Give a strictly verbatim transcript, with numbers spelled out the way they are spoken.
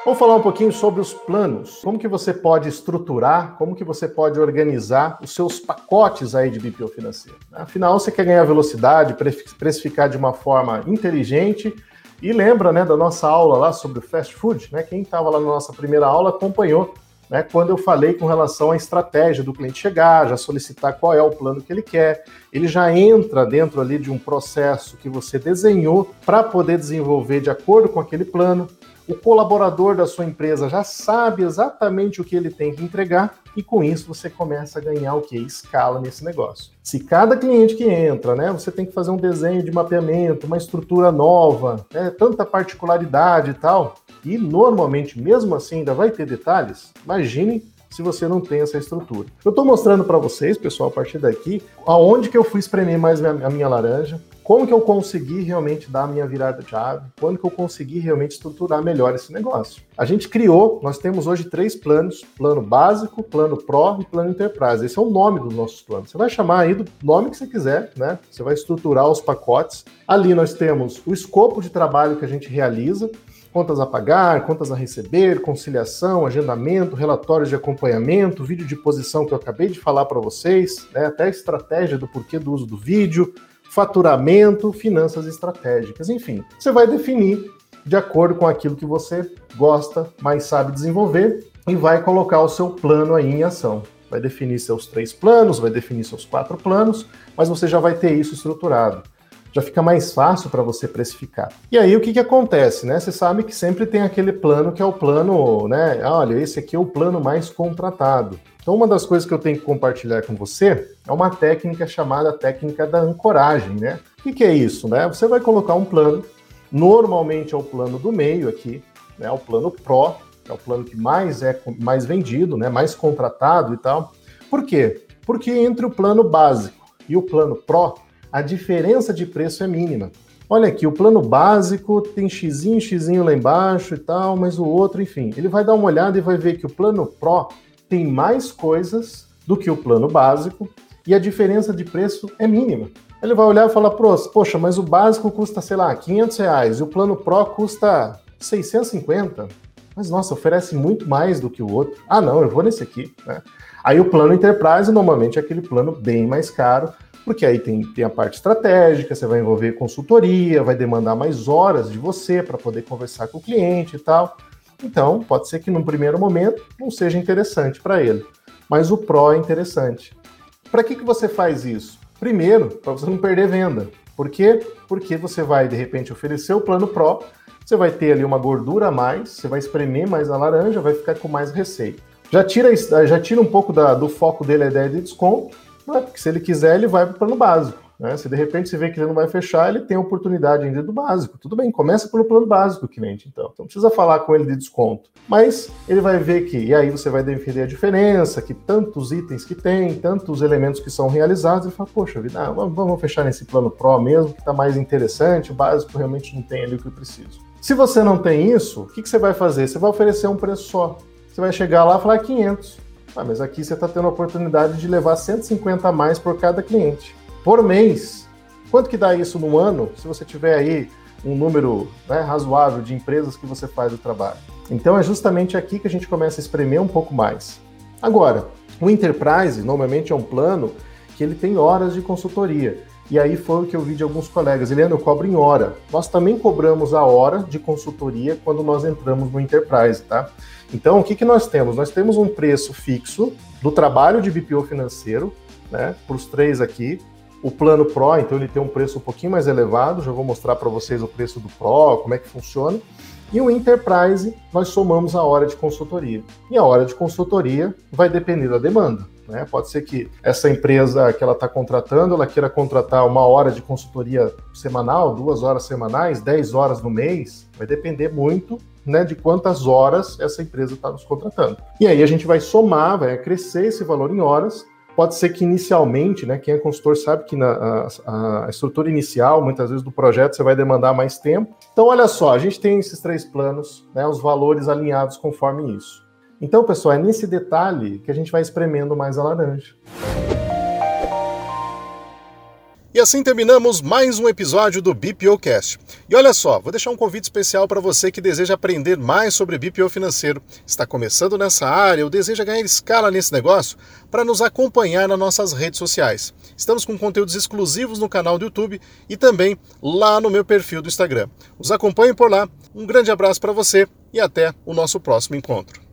Vamos falar um pouquinho sobre os planos. Como que você pode estruturar, como que você pode organizar os seus pacotes aí de B P O financeiro. Afinal, você quer ganhar velocidade, precificar de uma forma inteligente. E lembra, né, da nossa aula lá sobre o fast food, né? Quem estava lá na nossa primeira aula acompanhou, né, quando eu falei com relação à estratégia do cliente chegar, já solicitar qual é o plano que ele quer. Ele já entra dentro ali de um processo que você desenhou para poder desenvolver de acordo com aquele plano. O colaborador da sua empresa já sabe exatamente o que ele tem que entregar e com isso você começa a ganhar o quê? Escala nesse negócio. Se cada cliente que entra, né, você tem que fazer um desenho de mapeamento, uma estrutura nova, né, tanta particularidade e tal, e normalmente mesmo assim ainda vai ter detalhes, imagine se você não tem essa estrutura. Eu estou mostrando para vocês, pessoal, a partir daqui, aonde que eu fui espremer mais a minha laranja, como que eu consegui realmente dar a minha virada de chave, quando que eu consegui realmente estruturar melhor esse negócio. A gente criou, nós temos hoje três planos, plano básico, plano Pro e plano Enterprise. Esse é o nome dos nossos planos. Você vai chamar aí do nome que você quiser, né? Você vai estruturar os pacotes. Ali nós temos o escopo de trabalho que a gente realiza, contas a pagar, contas a receber, conciliação, agendamento, relatórios de acompanhamento, vídeo de posição que eu acabei de falar para vocês, né? Até a estratégia do porquê do uso do vídeo, faturamento, finanças estratégicas, enfim. Você vai definir de acordo com aquilo que você gosta, mais sabe desenvolver e vai colocar o seu plano aí em ação. Vai definir seus três planos, vai definir seus quatro planos, mas você já vai ter isso estruturado. Já fica mais fácil para você precificar. E aí o que que acontece, né? Você sabe que sempre tem aquele plano que é o plano, né? Olha, esse aqui é o plano mais contratado. Então uma das coisas que eu tenho que compartilhar com você é uma técnica chamada técnica da ancoragem, né? O que que é isso, né? Você vai colocar um plano, normalmente é o plano do meio aqui, né? O plano Pro, é o plano que mais é mais vendido, né? Mais contratado e tal. Por quê? Porque entre o plano básico e o plano Pro, a diferença de preço é mínima. Olha aqui, o plano básico tem xizinho, xizinho lá embaixo e tal, mas o outro, enfim, ele vai dar uma olhada e vai ver que o plano Pro tem mais coisas do que o plano básico e a diferença de preço é mínima. Ele vai olhar e falar, poxa, mas o básico custa, sei lá, quinhentos reais e o plano Pro custa seiscentos e cinquenta. Mas, nossa, oferece muito mais do que o outro. Ah, não, eu vou nesse aqui, né? Aí o plano Enterprise normalmente é aquele plano bem mais caro, porque aí tem, tem a parte estratégica, você vai envolver consultoria, vai demandar mais horas de você para poder conversar com o cliente e tal. Então, pode ser que num primeiro momento não seja interessante para ele, mas o Pro é interessante. Para que que você faz isso? Primeiro, para você não perder venda. Por quê? Porque você vai, de repente, oferecer o plano Pro, você vai ter ali uma gordura a mais, você vai espremer mais a laranja, vai ficar com mais receita. Já tira, já tira um pouco da, do foco dele a ideia de desconto, né? Porque se ele quiser, ele vai para o plano básico. Né? Se de repente você vê que ele não vai fechar, ele tem a oportunidade ainda do básico. Tudo bem, começa pelo plano básico do cliente, então. Então não precisa falar com ele de desconto. Mas ele vai ver que, e aí você vai definir a diferença, que tantos itens que tem, tantos elementos que são realizados, e fala, poxa vida, ah, vamos fechar nesse plano Pro mesmo, que está mais interessante, o básico realmente não tem ali o que eu preciso. Se você não tem isso, o que, que você vai fazer? Você vai oferecer um preço só. Você vai chegar lá e falar quinhentos. Ah, mas aqui você está tendo a oportunidade de levar cento e cinquenta a mais por cada cliente. Por mês. Quanto que dá isso no ano, se você tiver aí um número, né, razoável de empresas que você faz o trabalho? Então é justamente aqui que a gente começa a espremer um pouco mais. Agora, o Enterprise normalmente é um plano que ele tem horas de consultoria. E aí foi o que eu vi de alguns colegas. Eliana, eu cobro em hora. Nós também cobramos a hora de consultoria quando nós entramos no Enterprise, tá? Então, o que que nós temos? Nós temos um preço fixo do trabalho de B P O financeiro, né, para os três aqui. O plano Pro, então, ele tem um preço um pouquinho mais elevado. Já vou mostrar para vocês o preço do Pro, como é que funciona. E o Enterprise, nós somamos a hora de consultoria. E a hora de consultoria vai depender da demanda. Né? Pode ser que essa empresa que ela está contratando, ela queira contratar uma hora de consultoria semanal, duas horas semanais, dez horas no mês. Vai depender muito, né, de quantas horas essa empresa está nos contratando. E aí a gente vai somar, vai crescer esse valor em horas. Pode ser que inicialmente, né, quem é consultor sabe que na a, a estrutura inicial, muitas vezes do projeto, você vai demandar mais tempo. Então, olha só, a gente tem esses três planos, né, os valores alinhados conforme isso. Então, pessoal, é nesse detalhe que a gente vai espremendo mais a laranja. E assim terminamos mais um episódio do B P O Cast. E olha só, vou deixar um convite especial para você que deseja aprender mais sobre B P O financeiro, está começando nessa área ou deseja ganhar escala nesse negócio, para nos acompanhar nas nossas redes sociais. Estamos com conteúdos exclusivos no canal do YouTube e também lá no meu perfil do Instagram. Os acompanhem por lá, um grande abraço para você e até o nosso próximo encontro.